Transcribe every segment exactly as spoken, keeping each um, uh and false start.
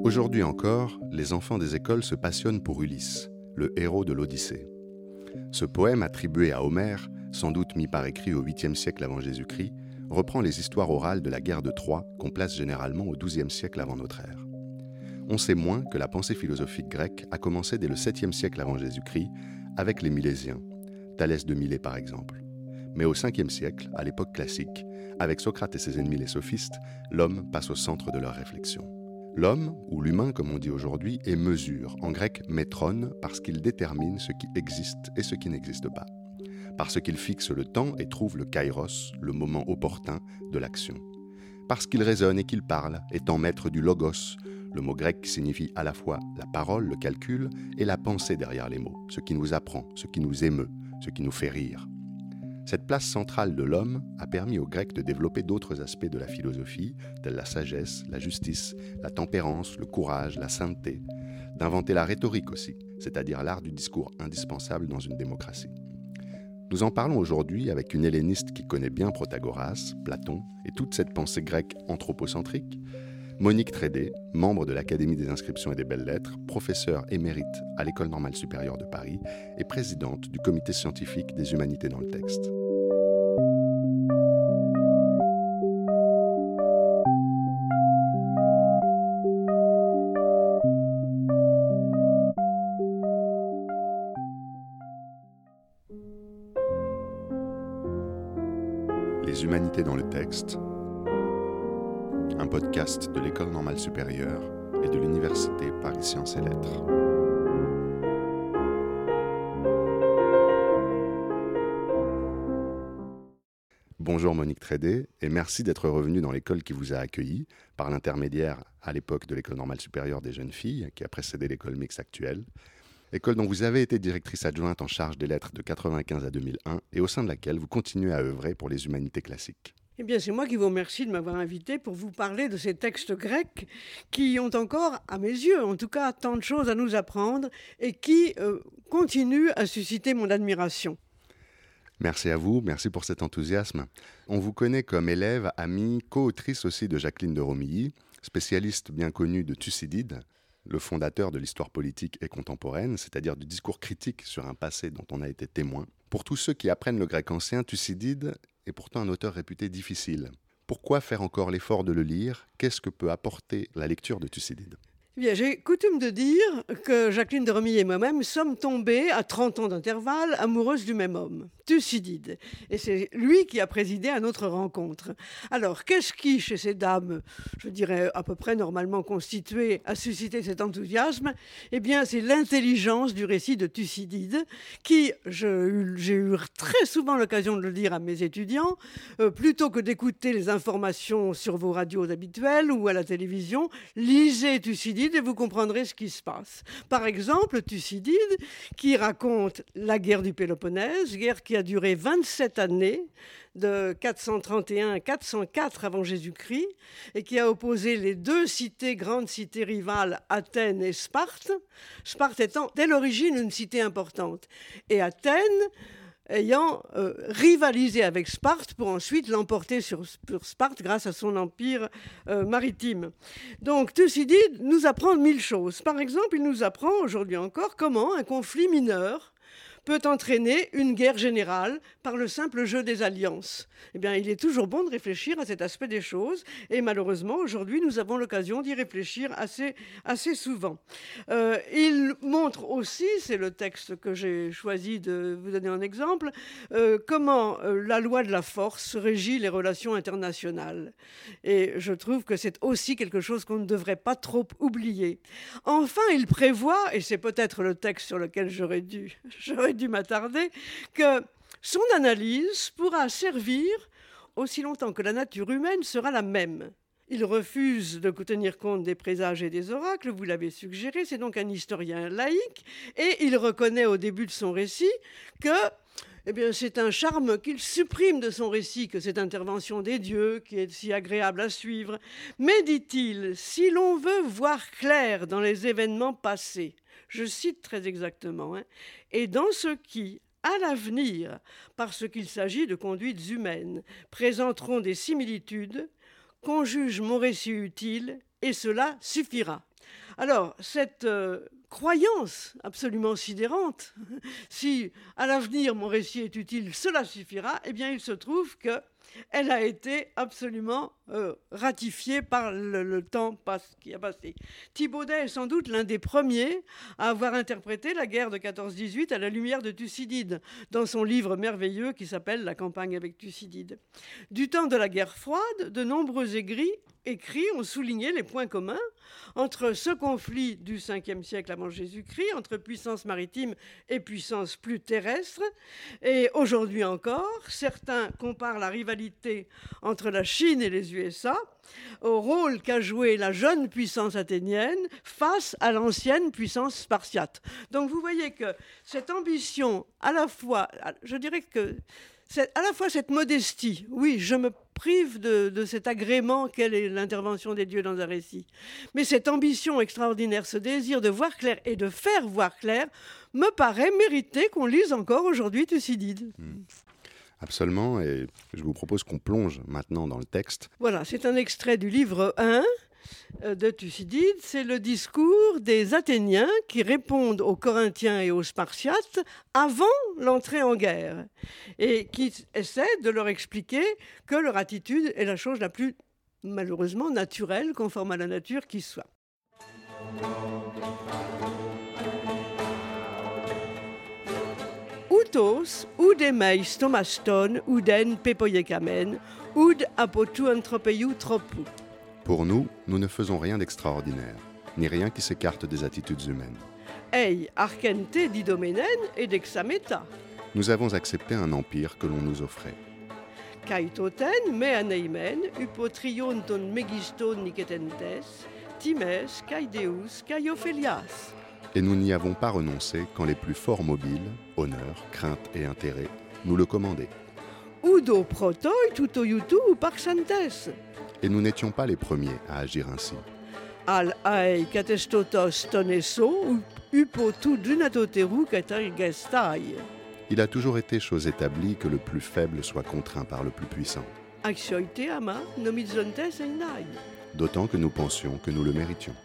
Aujourd'hui encore, les enfants des écoles se passionnent pour Ulysse, le héros de l'Odyssée. Ce poème attribué à Homère, sans doute mis par écrit au huitième siècle avant Jésus-Christ, reprend les histoires orales de la guerre de Troie qu'on place généralement au douzième siècle avant notre ère. On sait moins que la pensée philosophique grecque a commencé dès le septième siècle avant Jésus-Christ avec les Milésiens, Thalès de Milet par exemple. Mais au cinquième siècle, à l'époque classique, avec Socrate et ses ennemis les sophistes, l'homme passe au centre de leur réflexion. L'homme, ou l'humain comme on dit aujourd'hui, est mesure, en grec métron, parce qu'il détermine ce qui existe et ce qui n'existe pas. Parce qu'il fixe le temps et trouve le kairos, le moment opportun de l'action. Parce qu'il raisonne et qu'il parle, étant maître du logos, le mot grec qui signifie à la fois la parole, le calcul, et la pensée derrière les mots, ce qui nous apprend, ce qui nous émeut, ce qui nous fait rire. Cette place centrale de l'homme a permis aux Grecs de développer d'autres aspects de la philosophie, tels la sagesse, la justice, la tempérance, le courage, la sainteté, d'inventer la rhétorique aussi, c'est-à-dire l'art du discours indispensable dans une démocratie. Nous en parlons aujourd'hui avec une helléniste qui connaît bien Protagoras, Platon et toute cette pensée grecque anthropocentrique, Monique Trédé, membre de l'Académie des inscriptions et des belles-lettres, professeure émérite à l'École normale supérieure de Paris et présidente du comité scientifique des humanités dans le texte. Les humanités dans le texte, un podcast de l'École normale supérieure et de l'Université Paris Sciences et Lettres. Bonjour Monique Trédé, et merci d'être revenue dans l'école qui vous a accueilli, par l'intermédiaire à l'époque de l'École normale supérieure des jeunes filles, qui a précédé l'école mixte actuelle. École dont vous avez été directrice adjointe en charge des lettres de quatre-vingt-quinze à deux mille un, et au sein de laquelle vous continuez à œuvrer pour les humanités classiques. Eh bien, c'est moi qui vous remercie de m'avoir invité pour vous parler de ces textes grecs qui ont encore, à mes yeux en tout cas, tant de choses à nous apprendre et qui euh, continuent à susciter mon admiration. Merci à vous, merci pour cet enthousiasme. On vous connaît comme élève, amie, co-autrice aussi de Jacqueline de Romilly, spécialiste bien connue de Thucydide, le fondateur de l'histoire politique et contemporaine, c'est-à-dire du discours critique sur un passé dont on a été témoin. Pour tous ceux qui apprennent le grec ancien, Thucydide est pourtant un auteur réputé difficile. Pourquoi faire encore l'effort de le lire ? Qu'est-ce que peut apporter la lecture de Thucydide ? Eh bien, j'ai coutume de dire que Jacqueline de Romilly et moi-même sommes tombées, à trente ans d'intervalle, amoureuses du même homme, Thucydide. Et c'est lui qui a présidé à notre rencontre. Alors, qu'est-ce qui, chez ces dames, je dirais à peu près normalement constituées, a suscité cet enthousiasme ? Eh bien, c'est l'intelligence du récit de Thucydide, qui, je, j'ai eu très souvent l'occasion de le dire à mes étudiants, euh, plutôt que d'écouter les informations sur vos radios habituelles ou à la télévision, lisez Thucydide et vous comprendrez ce qui se passe. Par exemple, Thucydide, qui raconte la guerre du Péloponnèse, guerre qui a duré vingt-sept années, de quatre cent trente et un à quatre cent quatre avant Jésus-Christ, et qui a opposé les deux cités, grandes cités rivales, Athènes et Sparte, Sparte étant dès l'origine une cité importante. Et Athènes ayant euh, rivalisé avec Sparte pour ensuite l'emporter sur, sur Sparte grâce à son empire euh, maritime. Donc Thucydide nous apprend mille choses. Par exemple, il nous apprend aujourd'hui encore comment un conflit mineur peut entraîner une guerre générale par le simple jeu des alliances. Eh bien, il est toujours bon de réfléchir à cet aspect des choses, et malheureusement, aujourd'hui, nous avons l'occasion d'y réfléchir assez, assez souvent. Euh, il montre aussi, c'est le texte que j'ai choisi de vous donner en exemple, euh, comment euh, la loi de la force régit les relations internationales. Et je trouve que c'est aussi quelque chose qu'on ne devrait pas trop oublier. Enfin, il prévoit, et c'est peut-être le texte sur lequel j'aurais dû, j'aurais dû m'attarder, que son analyse pourra servir aussi longtemps que la nature humaine sera la même. Il refuse de tenir compte des présages et des oracles, vous l'avez suggéré, c'est donc un historien laïque, et il reconnaît au début de son récit que eh bien, c'est un charme qu'il supprime de son récit, que cette intervention des dieux, qui est si agréable à suivre. Mais, dit-il, si l'on veut voir clair dans les événements passés, je cite très exactement, hein, et dans ce qui, à l'avenir, parce qu'il s'agit de conduites humaines, présenteront des similitudes, qu'on juge mon récit utile, et cela suffira. Alors, cette euh, croyance absolument sidérante, si à l'avenir mon récit est utile, cela suffira, eh bien il se trouve qu'elle a été absolument euh, ratifiée par le, le temps passe, qui a passé. Thibaudet est sans doute l'un des premiers à avoir interprété la guerre de quatorze dix-huit à la lumière de Thucydide, dans son livre merveilleux qui s'appelle « La campagne avec Thucydide ». Du temps de la guerre froide, de nombreux aigris écrits ont souligné les points communs entre ce conflit du cinquième siècle avant Jésus-Christ, entre puissance maritime et puissance plus terrestre. Et aujourd'hui encore, certains comparent la rivalité entre la Chine et les U S A au rôle qu'a joué la jeune puissance athénienne face à l'ancienne puissance spartiate. Donc vous voyez que cette ambition, à la fois, je dirais que c'est à la fois cette modestie, oui, je me prive de, de cet agrément qu'est l'intervention des dieux dans un récit, mais cette ambition extraordinaire, ce désir de voir clair et de faire voir clair, me paraît mériter qu'on lise encore aujourd'hui Thucydide. Mmh. Absolument, et je vous propose qu'on plonge maintenant dans le texte. Voilà, c'est un extrait du livre un de Thucydide, c'est le discours des Athéniens qui répondent aux Corinthiens et aux Spartiates avant l'entrée en guerre et qui essaient de leur expliquer que leur attitude est la chose la plus malheureusement naturelle, conforme à la nature qui soit. Outos, oud emeis tomaston, ouden pepoiekamen, oud apotou anthropeiou tropou. Pour nous, nous ne faisons rien d'extraordinaire, ni rien qui s'écarte des attitudes humaines. Ei archente d'idomenen et d'exameta. Nous avons accepté un empire que l'on nous offrait. Kaitoten me aneimen, upotrion ton megiston nicetentes, times, kaideus, kaiophelias. Et nous n'y avons pas renoncé quand les plus forts mobiles, honneur, crainte et intérêt, nous le commandaient. Udo protoi tutoiutu parxantes. Et nous n'étions pas les premiers à agir ainsi. Al ai katestotos tonesso, upotu dunatoteru katargestai. Il a toujours été chose établie que le plus faible soit contraint par le plus puissant. Axioite ama nomizontes enai. D'autant que nous pensions que nous le méritions.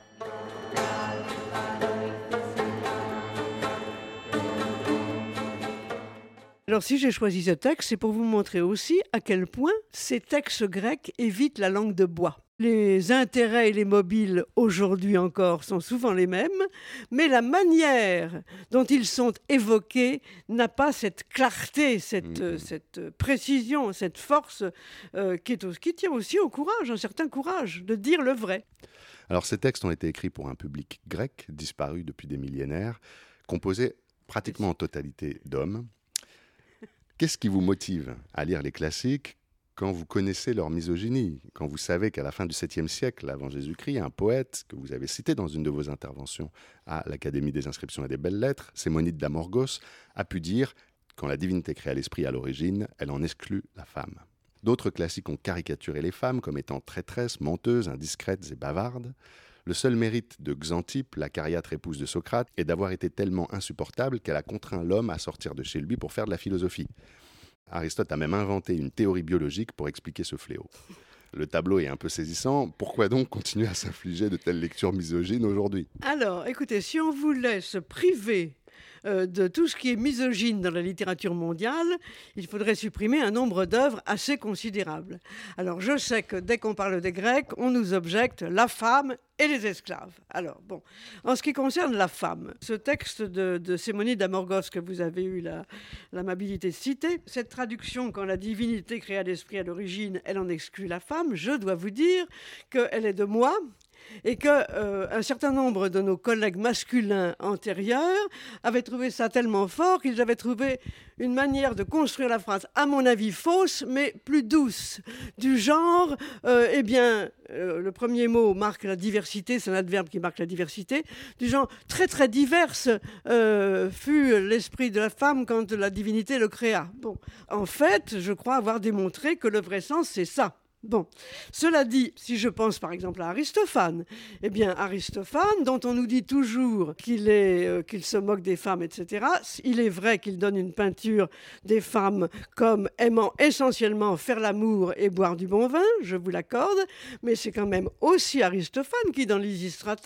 Alors si j'ai choisi ce texte, c'est pour vous montrer aussi à quel point ces textes grecs évitent la langue de bois. Les intérêts et les mobiles aujourd'hui encore sont souvent les mêmes, mais la manière dont ils sont évoqués n'a pas cette clarté, cette, mmh. cette précision, cette force euh, qui, est, qui tient aussi au courage, un certain courage de dire le vrai. Alors ces textes ont été écrits pour un public grec disparu depuis des millénaires, composé pratiquement en totalité d'hommes. Qu'est-ce qui vous motive à lire les classiques quand vous connaissez leur misogynie, quand vous savez qu'à la fin du septième siècle avant Jésus-Christ, un poète que vous avez cité dans une de vos interventions à l'Académie des inscriptions et des belles-lettres, Sémonide d'Amorgos, a pu dire « Quand la divinité créa l'esprit à l'origine, elle en exclut la femme ». D'autres classiques ont caricaturé les femmes comme étant traîtresses, menteuses, indiscrètes et bavardes. Le seul mérite de Xanthippe, la cariâtre épouse de Socrate, est d'avoir été tellement insupportable qu'elle a contraint l'homme à sortir de chez lui pour faire de la philosophie. Aristote a même inventé une théorie biologique pour expliquer ce fléau. Le tableau est un peu saisissant. Pourquoi donc continuer à s'infliger de telles lectures misogynes aujourd'hui ? Alors, écoutez, si on voulait se priver euh, de tout ce qui est misogyne dans la littérature mondiale, il faudrait supprimer un nombre d'œuvres assez considérable. Alors, je sais que dès qu'on parle des Grecs, on nous objecte la femme et les esclaves. Alors, bon, en ce qui concerne la femme, ce texte de, de Sémonide d'Amorgos que vous avez eu la, l'amabilité de citer, cette traduction, quand la divinité créa l'esprit à l'origine, elle en exclut la femme, je dois vous dire qu'elle est de moi, et qu'un euh, certain nombre de nos collègues masculins antérieurs avaient trouvé ça tellement fort qu'ils avaient trouvé une manière de construire la phrase, à mon avis fausse, mais plus douce, du genre, euh, eh bien, euh, le premier mot marque la diversité, c'est un adverbe qui marque la diversité, du genre, très très diverse euh, fut l'esprit de la femme quand la divinité le créa. Bon, en fait, je crois avoir démontré que le vrai sens, c'est ça. Bon, cela dit, si je pense par exemple à Aristophane, eh bien Aristophane, dont on nous dit toujours qu'il, est, euh, qu'il se moque des femmes, et cetera, il est vrai qu'il donne une peinture des femmes comme aimant essentiellement faire l'amour et boire du bon vin, je vous l'accorde, mais c'est quand même aussi Aristophane qui, dans Lysistrata,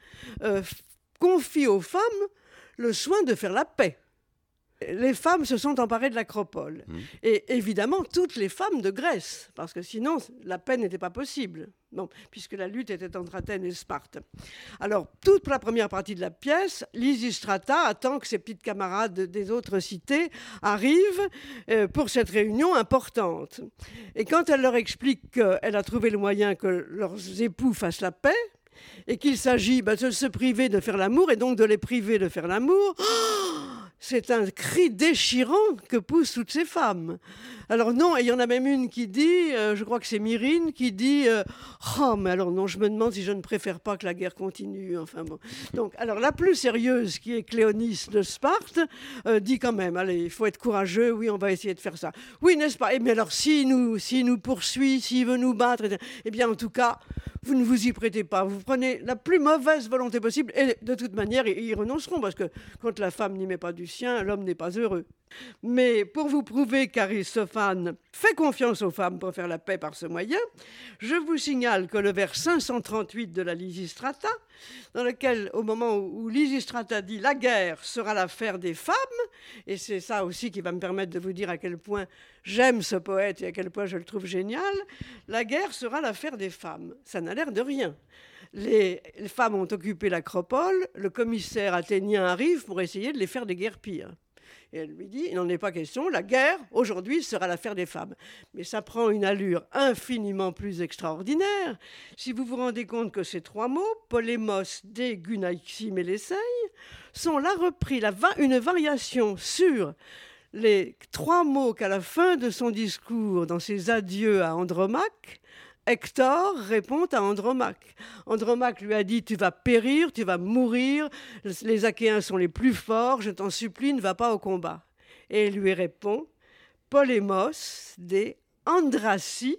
euh, confie aux femmes le soin de faire la paix. Les femmes se sont emparées de l'Acropole. Mmh. Et évidemment, toutes les femmes de Grèce, parce que sinon, la paix n'était pas possible, bon, puisque la lutte était entre Athènes et Sparte. Alors, toute la première partie de la pièce, Lysistrata attend que ses petites camarades des autres cités arrivent euh, pour cette réunion importante. Et quand elle leur explique qu'elle a trouvé le moyen que leurs époux fassent la paix, et qu'il s'agit bah, de se priver de faire l'amour, et donc de les priver de faire l'amour, oh, c'est un cri déchirant que poussent toutes ces femmes. Alors non, et il y en a même une qui dit, euh, je crois que c'est Myrine, qui dit euh, « Oh, mais alors non, je me demande si je ne préfère pas que la guerre continue. » Enfin bon. Donc, alors la plus sérieuse, qui est Cléonice de Sparte, euh, dit quand même « Allez, il faut être courageux, oui, on va essayer de faire ça. » Oui, n'est-ce pas? Et mais alors, s'il nous, s'il nous poursuit, s'il veut nous battre, eh bien, en tout cas, vous ne vous y prêtez pas. Vous prenez la plus mauvaise volonté possible et de toute manière, ils y renonceront parce que quand la femme n'y met pas du sien, l'homme n'est pas heureux. Mais pour vous prouver qu'Aristophane fait confiance aux femmes pour faire la paix par ce moyen, je vous signale que le vers cinq cent trente-huit de la Lysistrata, dans lequel, au moment où Lysistrata dit « la guerre sera l'affaire des femmes », et c'est ça aussi qui va me permettre de vous dire à quel point j'aime ce poète et à quel point je le trouve génial, la guerre sera l'affaire des femmes. Ça n'a l'air de rien. Les, les femmes ont occupé l'Acropole, le commissaire athénien arrive pour essayer de les faire déguerpir. Et elle lui dit, il n'en est pas question, la guerre, aujourd'hui, sera l'affaire des femmes. Mais ça prend une allure infiniment plus extraordinaire. Si vous vous rendez compte que ces trois mots, polémos, dé, gunaixi, mélesei, sont là repris, la va- une variation sur les trois mots qu'à la fin de son discours, dans ses adieux à Andromaque, Hector répond à Andromaque. Andromaque lui a dit « Tu vas périr, tu vas mourir, les Achéens sont les plus forts, je t'en supplie, ne va pas au combat. » Et il lui répond « Polémos de Andrasi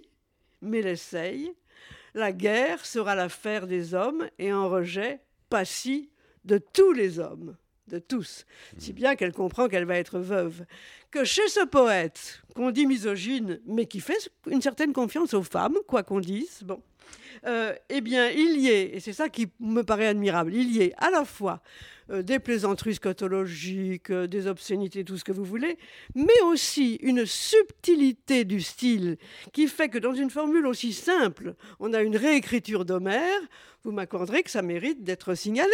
mélesei, la guerre sera l'affaire des hommes et en rejet passi de tous les hommes. » de tous, si bien qu'elle comprend qu'elle va être veuve. Que chez ce poète, qu'on dit misogyne, mais qui fait une certaine confiance aux femmes, quoi qu'on dise, bon, euh, eh bien, il y ait, et c'est ça qui me paraît admirable, il y ait à la fois euh, des plaisanteries scatologiques, euh, des obscénités, tout ce que vous voulez, mais aussi une subtilité du style qui fait que dans une formule aussi simple, on a une réécriture d'Homère, vous m'accorderez que ça mérite d'être signalé.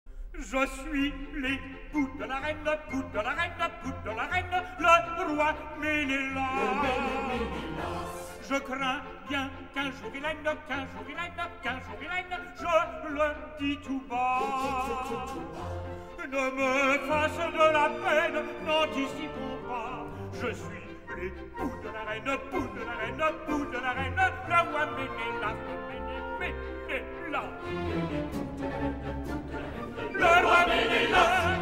Je suis l'époux de la reine, l'époux de la reine, l'époux de la reine, le roi Ménélas. Je crains bien qu'un jour il aime, qu'un jour il aime, qu'un jour il aime, je le dis tout bas. Ne me fasse de la peine, n'anticipons pas. Je suis l'époux de la reine, l'époux de la reine, l'époux de la reine, le roi Ménélas, Ménélas. Le roi Ménélas,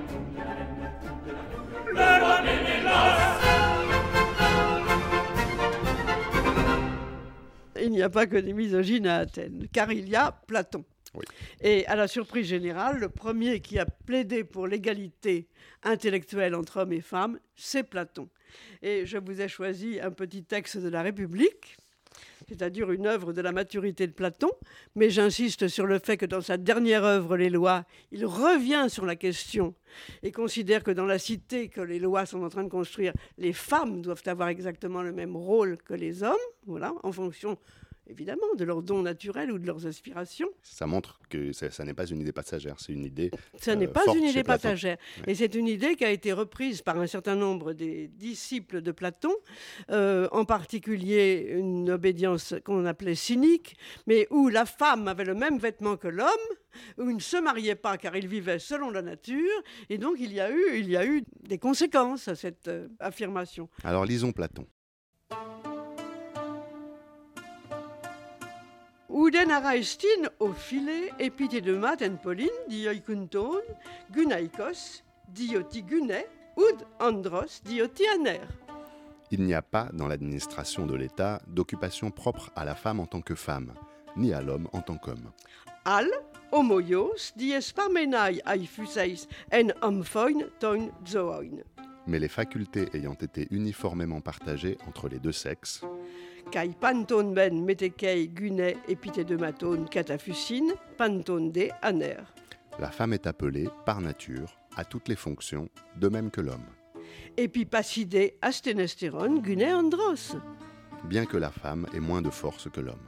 le roi Ménélas. Il n'y a pas que des misogynes à Athènes, car il y a Platon. Oui. Et à la surprise générale, le premier qui a plaidé pour l'égalité intellectuelle entre hommes et femmes, c'est Platon. Et je vous ai choisi un petit texte de la République, c'est-à-dire une œuvre de la maturité de Platon, mais j'insiste sur le fait que dans sa dernière œuvre, Les Lois, il revient sur la question et considère que dans la cité que les lois sont en train de construire, les femmes doivent avoir exactement le même rôle que les hommes, voilà, en fonction évidemment de leurs dons naturels ou de leurs aspirations. Ça montre que ça, ça n'est pas une idée passagère, c'est une idée Ça euh, n'est pas une idée passagère. Ouais. Et c'est une idée qui a été reprise par un certain nombre des disciples de Platon, euh, en particulier une obédience qu'on appelait cynique, mais où la femme avait le même vêtement que l'homme, où il ne se mariait pas car il vivait selon la nature, et donc il y a eu, il y a eu des conséquences à cette euh, affirmation. Alors lisons Platon. Uden araestin au filet epitedemat en Pauline, dioikunton, gunaikos, dioti gune, ud andros, dioti aner. Il n'y a pas dans l'administration de l'État d'occupation propre à la femme en tant que femme, ni à l'homme en tant qu'homme. Al, homoios, dies parmenai aifuseis en amphoin toin zoin. Mais les facultés ayant été uniformément partagées entre les deux sexes, kai panton ben metekei gune epithédematon catafusine, panton de aner. La femme est appelée, par nature, à toutes les fonctions, de même que l'homme. Epipacide asténestérone gune andros. Bien que la femme ait moins de force que l'homme.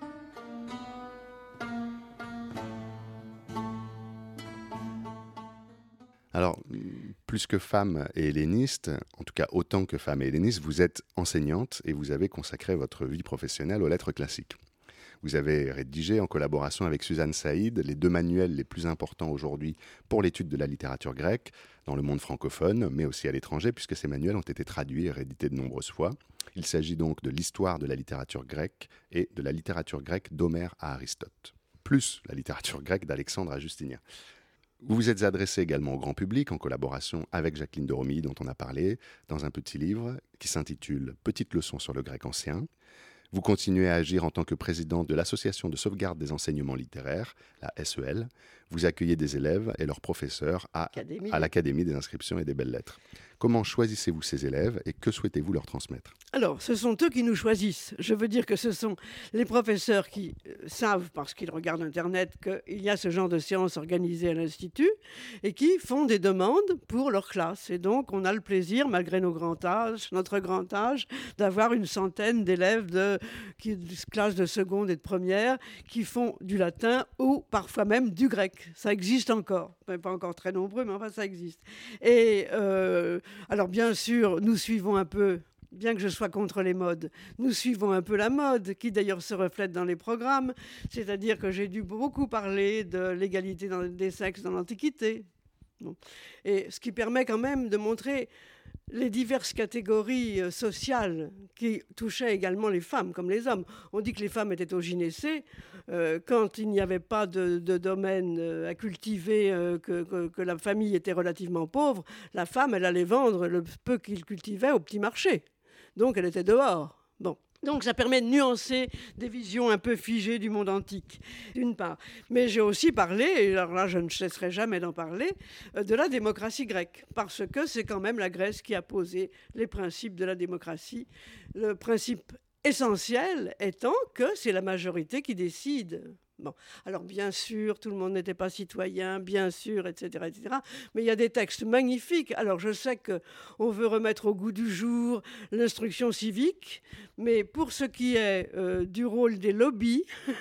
Alors, plus que femme et helléniste, en tout cas autant que femme et helléniste, vous êtes enseignante et vous avez consacré votre vie professionnelle aux lettres classiques. Vous avez rédigé, en collaboration avec Suzanne Saïd, les deux manuels les plus importants aujourd'hui pour l'étude de la littérature grecque dans le monde francophone, mais aussi à l'étranger, puisque ces manuels ont été traduits et réédités de nombreuses fois. Il s'agit donc de l'histoire de la littérature grecque et de la littérature grecque d'Homère à Aristote, plus la littérature grecque d'Alexandre à Justinien. Vous vous êtes adressé également au grand public en collaboration avec Jacqueline de Romilly, dont on a parlé, dans un petit livre qui s'intitule « Petite leçon sur le grec ancien ». Vous continuez à agir en tant que présidente de l'Association de sauvegarde des enseignements littéraires, la S E L. Vous accueillez des élèves et leurs professeurs à, à l'Académie des inscriptions et des belles-lettres. Comment choisissez-vous ces élèves et que souhaitez-vous leur transmettre ? Alors, ce sont eux qui nous choisissent. Je veux dire que ce sont les professeurs qui euh, savent, parce qu'ils regardent Internet, qu'il y a ce genre de séances organisées à l'Institut et qui font des demandes pour leur classe. Et donc, on a le plaisir, malgré nos grands âges, notre grand âge, d'avoir une centaine d'élèves de, qui, de classe de seconde et de première qui font du latin ou parfois même du grec. Ça existe encore. Pas encore très nombreux, mais enfin, ça existe. Et euh, alors, bien sûr, nous suivons un peu... Bien que je sois contre les modes, nous suivons un peu la mode, qui d'ailleurs se reflète dans les programmes. C'est-à-dire que j'ai dû beaucoup parler de l'égalité dans, des sexes dans l'Antiquité. Bon. Et ce qui permet quand même de montrer les diverses catégories euh, sociales qui touchaient également les femmes comme les hommes. On dit que les femmes étaient au gynécée. Euh, quand il n'y avait pas de, de domaine euh, à cultiver, euh, que, que, que la famille était relativement pauvre, la femme, elle allait vendre le peu qu'il cultivait au petit marché. Donc, elle était dehors. Bon. Donc, ça permet de nuancer des visions un peu figées du monde antique, d'une part. Mais j'ai aussi parlé, et alors là, je ne cesserai jamais d'en parler, de la démocratie grecque, parce que c'est quand même la Grèce qui a posé les principes de la démocratie. Le principe essentiel étant que c'est la majorité qui décide. Bon, alors bien sûr, tout le monde n'était pas citoyen, bien sûr, et cetera, et cetera. Mais il y a des textes magnifiques. Alors je sais qu'on veut remettre au goût du jour l'instruction civique, mais pour ce qui est euh, du rôle des lobbies,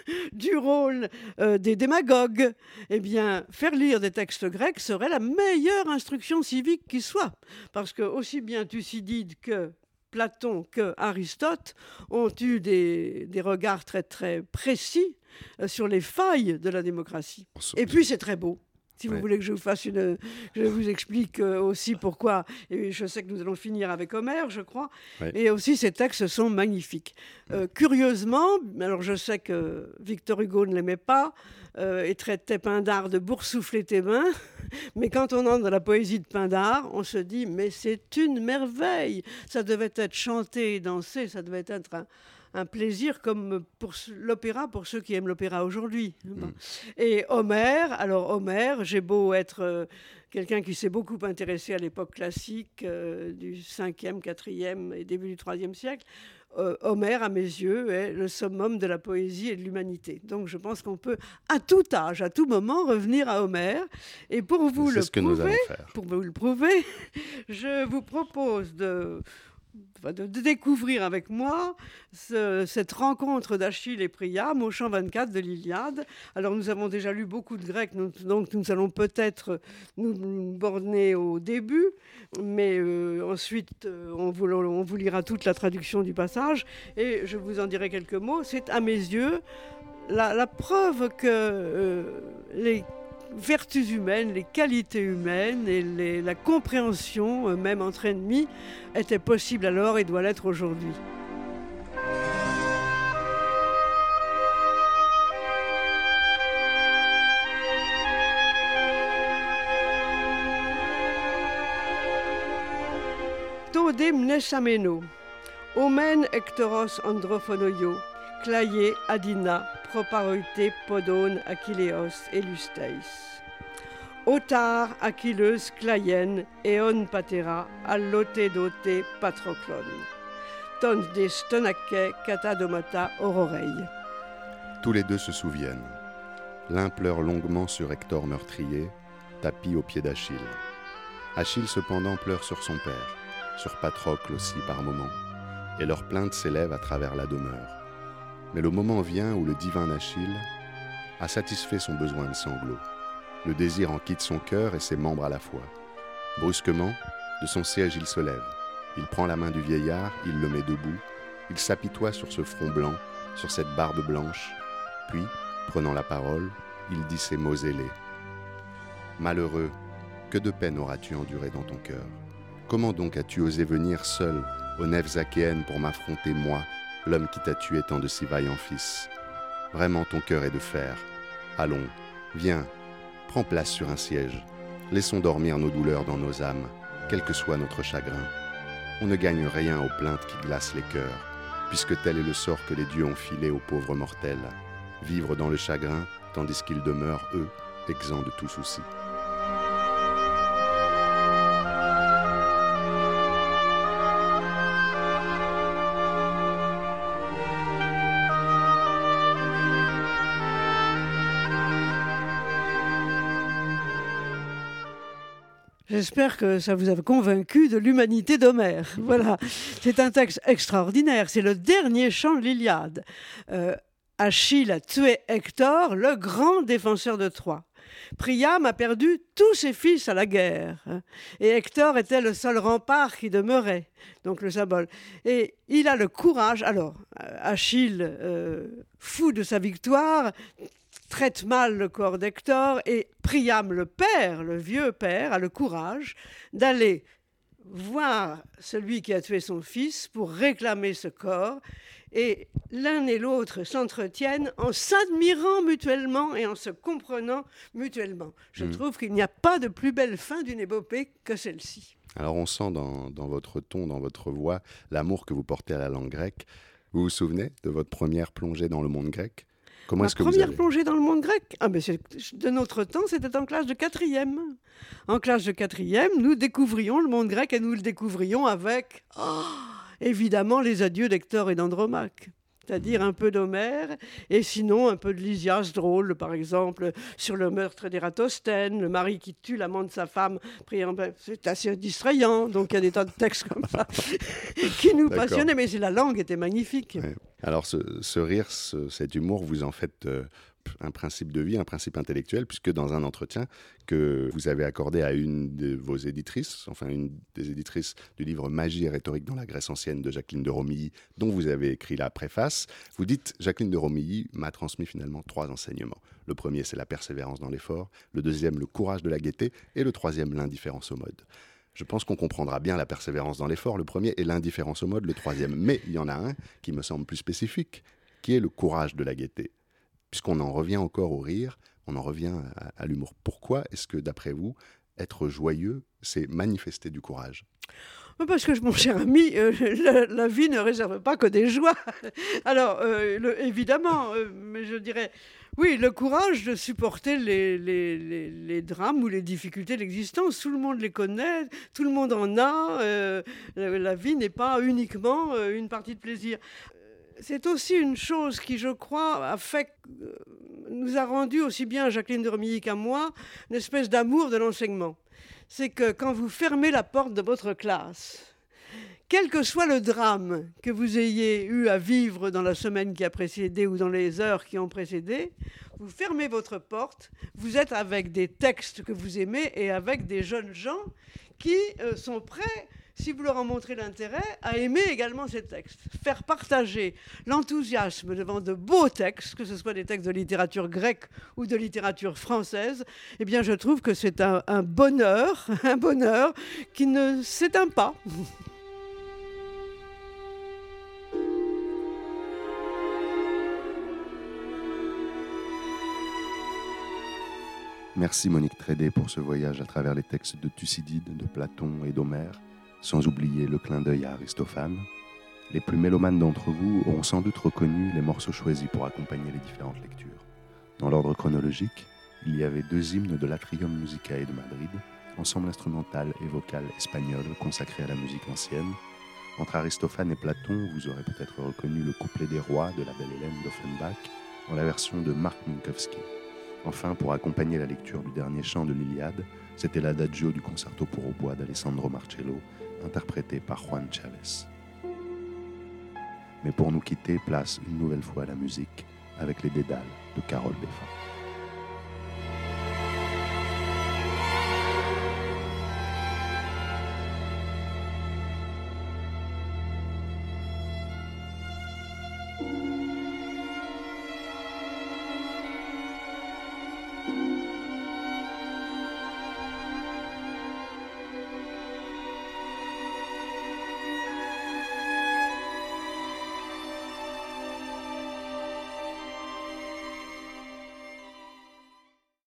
du rôle euh, des démagogues, eh bien, faire lire des textes grecs serait la meilleure instruction civique qui soit. Parce que aussi bien Thucydide que Platon que Aristote ont eu des, des regards très, très précis sur les failles de la démocratie. Et puis, c'est très beau. Si vous ouais. voulez que je vous fasse une... Je vous explique aussi pourquoi. Et je sais que nous allons finir avec Homère, je crois. Ouais. Et aussi, ces textes sont magnifiques. Euh, curieusement, alors je sais que Victor Hugo ne l'aimait pas euh, et traitait Pindare de boursoufler tes mains. Mais quand on entre dans la poésie de Pindare, on se dit, mais c'est une merveille. Ça devait être chanté et dansé, ça devait être un... un plaisir comme pour l'opéra, pour ceux qui aiment l'opéra aujourd'hui. Bon. Mm. Et Homère, alors Homère, j'ai beau être euh, quelqu'un qui s'est beaucoup intéressé à l'époque classique euh, du cinquième, quatrième et début du troisième siècle, euh, Homère, à mes yeux, est le summum de la poésie et de l'humanité. Donc je pense qu'on peut, à tout âge, à tout moment, revenir à Homère. Et pour vous, le, ce que prouver, nous allons faire. pour vous le prouver, je vous propose de... de découvrir avec moi ce, cette rencontre d'Achille et Priam au chant vingt-quatre de l'Iliade. Alors nous avons déjà lu beaucoup de grec, nous, donc nous allons peut-être nous borner au début, mais euh, ensuite euh, on, vous, on vous lira toute la traduction du passage et je vous en dirai quelques mots. C'est à mes yeux la, la preuve que euh, les vertus humaines, les qualités humaines et les, la compréhension, euh, même entre ennemis, étaient possibles alors et doit l'être aujourd'hui. Todem nesameno, omen ektoros androphonoio, klaie adina, proparoite podon achilleos elusteis. Otar achilleus klaien eon patera allote dote patroclon. Stone des Stonaquet, Catadomata, Auroreille. Tous les deux se souviennent. L'un pleure longuement sur Hector meurtrier, tapi aux pieds d'Achille. Achille cependant pleure sur son père, sur Patrocle aussi par moments, et leur plainte s'élève à travers la demeure. Mais le moment vient où le divin Achille a satisfait son besoin de sanglots. Le désir en quitte son cœur et ses membres à la fois. Brusquement, de son siège il se lève. Il prend la main du vieillard, il le met debout. Il s'apitoie sur ce front blanc, sur cette barbe blanche. Puis, prenant la parole, il dit ces mots ailés. « Malheureux, que de peine auras-tu enduré dans ton cœur? Comment donc as-tu osé venir seul aux nefs achéennes pour m'affronter, moi, l'homme qui t'a tué tant de si vaillants fils? Vraiment ton cœur est de fer. Allons, viens, prends place sur un siège. Laissons dormir nos douleurs dans nos âmes, quel que soit notre chagrin. On ne gagne rien aux plaintes qui glacent les cœurs, puisque tel est le sort que les dieux ont filé aux pauvres mortels. Vivre dans le chagrin, tandis qu'ils demeurent, eux, exempts de tout souci. » J'espère que ça vous a convaincu de l'humanité d'Homère. Voilà, c'est un texte extraordinaire. C'est le dernier chant de l'Iliade. Euh, Achille a tué Hector, le grand défenseur de Troie. Priam a perdu tous ses fils à la guerre. Et Hector était le seul rempart qui demeurait, donc le symbole. Et il a le courage. Alors, Achille, euh, fou de sa victoire, traite mal le corps d'Hector, et Priam, le père, le vieux père, a le courage d'aller voir celui qui a tué son fils pour réclamer ce corps. Et l'un et l'autre s'entretiennent en s'admirant mutuellement et en se comprenant mutuellement. Je mmh. trouve qu'il n'y a pas de plus belle fin d'une épopée que celle-ci. Alors on sent dans, dans votre ton, dans votre voix, l'amour que vous portez à la langue grecque. Vous vous souvenez de votre première plongée dans le monde grec ? Comment Ma est-ce que première vous avez... plongée dans le monde grec, ah ben c'est, de notre temps, c'était en classe de quatrième. En classe de quatrième, nous découvrions le monde grec et nous le découvrions avec, oh, évidemment, les adieux d'Hector et d'Andromaque. C'est-à-dire un peu d'Homère, et sinon un peu de Lysias drôle, par exemple, sur le meurtre d'Ératosthène, le mari qui tue l'amant de sa femme. C'est assez distrayant, donc il y a des tas de textes comme ça qui nous D'accord. passionnaient, mais la langue était magnifique. Ouais. Alors ce, ce rire, ce, cet humour, vous en faites euh, un principe de vie, un principe intellectuel, puisque dans un entretien que vous avez accordé à une de vos éditrices, enfin une des éditrices du livre Magie et rhétorique dans la Grèce ancienne de Jacqueline de Romilly, dont vous avez écrit la préface, vous dites « Jacqueline de Romilly m'a transmis finalement trois enseignements. Le premier, c'est la persévérance dans l'effort, le deuxième, le courage de la gaieté, et le troisième, l'indifférence au mode. » Je pense qu'on comprendra bien la persévérance dans l'effort, le premier, et l'indifférence au mode, le troisième. Mais il y en a un qui me semble plus spécifique, qui est le courage de la gaieté. Puisqu'on en revient encore au rire, on en revient à, à l'humour. Pourquoi est-ce que, d'après vous, être joyeux, c'est manifester du courage ? Parce que, mon cher ami, euh, la, la vie ne réserve pas que des joies. Alors, euh, le, évidemment, euh, mais je dirais, oui, le courage de supporter les, les, les, les drames ou les difficultés de l'existence. Tout le monde les connaît, tout le monde en a. Euh, la, la vie n'est pas uniquement euh, une partie de plaisir. C'est aussi une chose qui, je crois, a fait, euh, nous a rendu aussi bien à Jacqueline de Romilly qu'à moi une espèce d'amour de l'enseignement. C'est que quand vous fermez la porte de votre classe, quel que soit le drame que vous ayez eu à vivre dans la semaine qui a précédé ou dans les heures qui ont précédé, vous fermez votre porte, vous êtes avec des textes que vous aimez et avec des jeunes gens qui euh, sont prêts, si vous leur en montrez l'intérêt, à aimer également ces textes. Faire partager l'enthousiasme devant de beaux textes, que ce soit des textes de littérature grecque ou de littérature française, eh bien je trouve que c'est un, un bonheur, un bonheur qui ne s'éteint pas. Merci Monique Trédé pour ce voyage à travers les textes de Thucydide, de Platon et d'Homère, sans oublier le clin d'œil à Aristophane. Les plus mélomanes d'entre vous auront sans doute reconnu les morceaux choisis pour accompagner les différentes lectures. Dans l'ordre chronologique, il y avait deux hymnes de l'Atrium Musicae de Madrid, ensemble instrumental et vocal espagnol consacré à la musique ancienne, Entre Aristophane et Platon, vous aurez peut-être reconnu le couplet des rois de la Belle Hélène d'Offenbach dans la version de Mark Minkowski. Enfin, pour accompagner la lecture du dernier chant de l'Iliade, c'était l'adagio du concerto pour hautbois d'Alessandro Marcello, interprété par Juan Chavez. Mais pour nous quitter, place une nouvelle fois à la musique avec les Dédales de Carole Beffa.